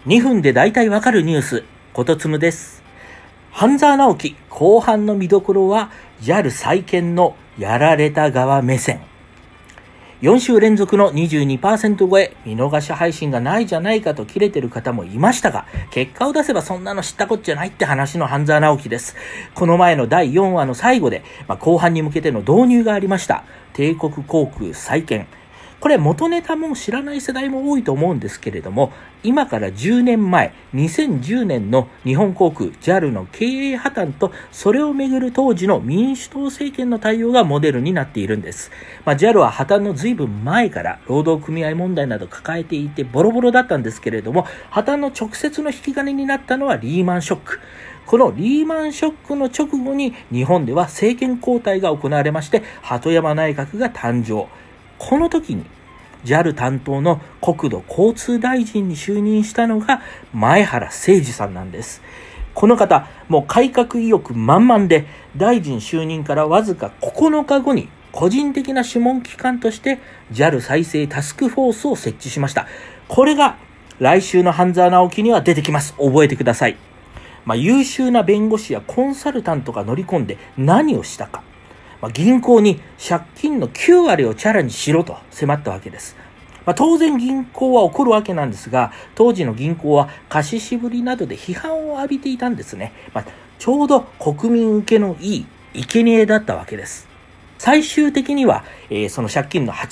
2分で大体わかるニュース、ことつむです。半沢直樹後半の見どころは JAL 再建のやられた側目線。4週連続の 22% 超え、見逃し配信がないじゃないかと切れてる方もいましたが、結果を出せばそんなの知ったこっちゃないって話の半沢直樹です。この前の第4話の最後で、後半に向けての導入がありました。帝国航空再建。これ元ネタも知らない世代も多いと思うんですけれども、今から10年前、2010年の日本航空 JAL の経営破綻と、それをめぐる当時の民主党政権の対応がモデルになっているんです。JAL は破綻の随分前から労働組合問題など抱えていてボロボロだったんですけれども、破綻の直接の引き金になったのはリーマンショック。このリーマンショックの直後に日本では政権交代が行われまして、鳩山内閣が誕生。この時に JAL 担当の国土交通大臣に就任したのが前原誠司さんなんです。この方、もう改革意欲満々で、大臣就任からわずか9日後に個人的な諮問機関として JAL 再生タスクフォースを設置しました。これが来週の半沢直樹には出てきます。覚えてください。優秀な弁護士やコンサルタントが乗り込んで何をしたか。銀行に借金の9割をチャラにしろと迫ったわけです。当然銀行は怒るわけなんですが、当時の銀行は貸し渋りなどで批判を浴びていたんですね。ちょうど国民受けのいい生贄だったわけです。最終的には、その借金の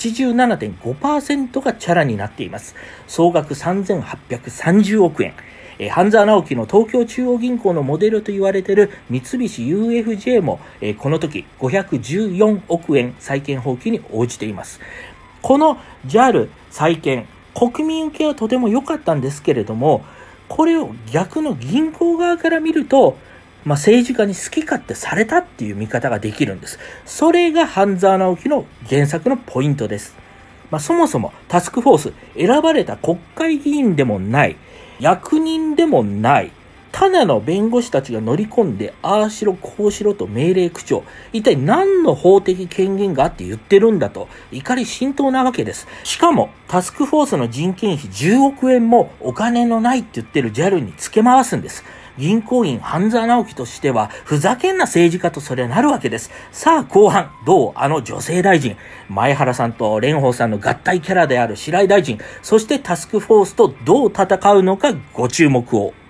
87.5% がチャラになっています。総額3830億円。半沢直樹の東京中央銀行のモデルと言われている三菱 UFJ も、この時514億円債権放棄に応じています。この JAL 再建、国民受けはとても良かったんですけれども、これを逆の銀行側から見ると、政治家に好き勝手されたっていう見方ができるんです。それが半沢直樹の原作のポイントです。そもそもタスクフォース、選ばれた国会議員でもない、役人でもない、ただの弁護士たちが乗り込んで、ああしろこうしろと命令口調。一体何の法的権限があって言ってるんだと、怒り心頭なわけです。しかも、タスクフォースの人件費10億円もお金のないって言ってる JAL に付け回すんです。銀行員半沢直樹としてはふざけんな政治家とそれはなるわけです。さあ後半、どうあの女性大臣、前原さんと蓮舫さんの合体キャラである白井大臣、そしてタスクフォースとどう戦うのかご注目を。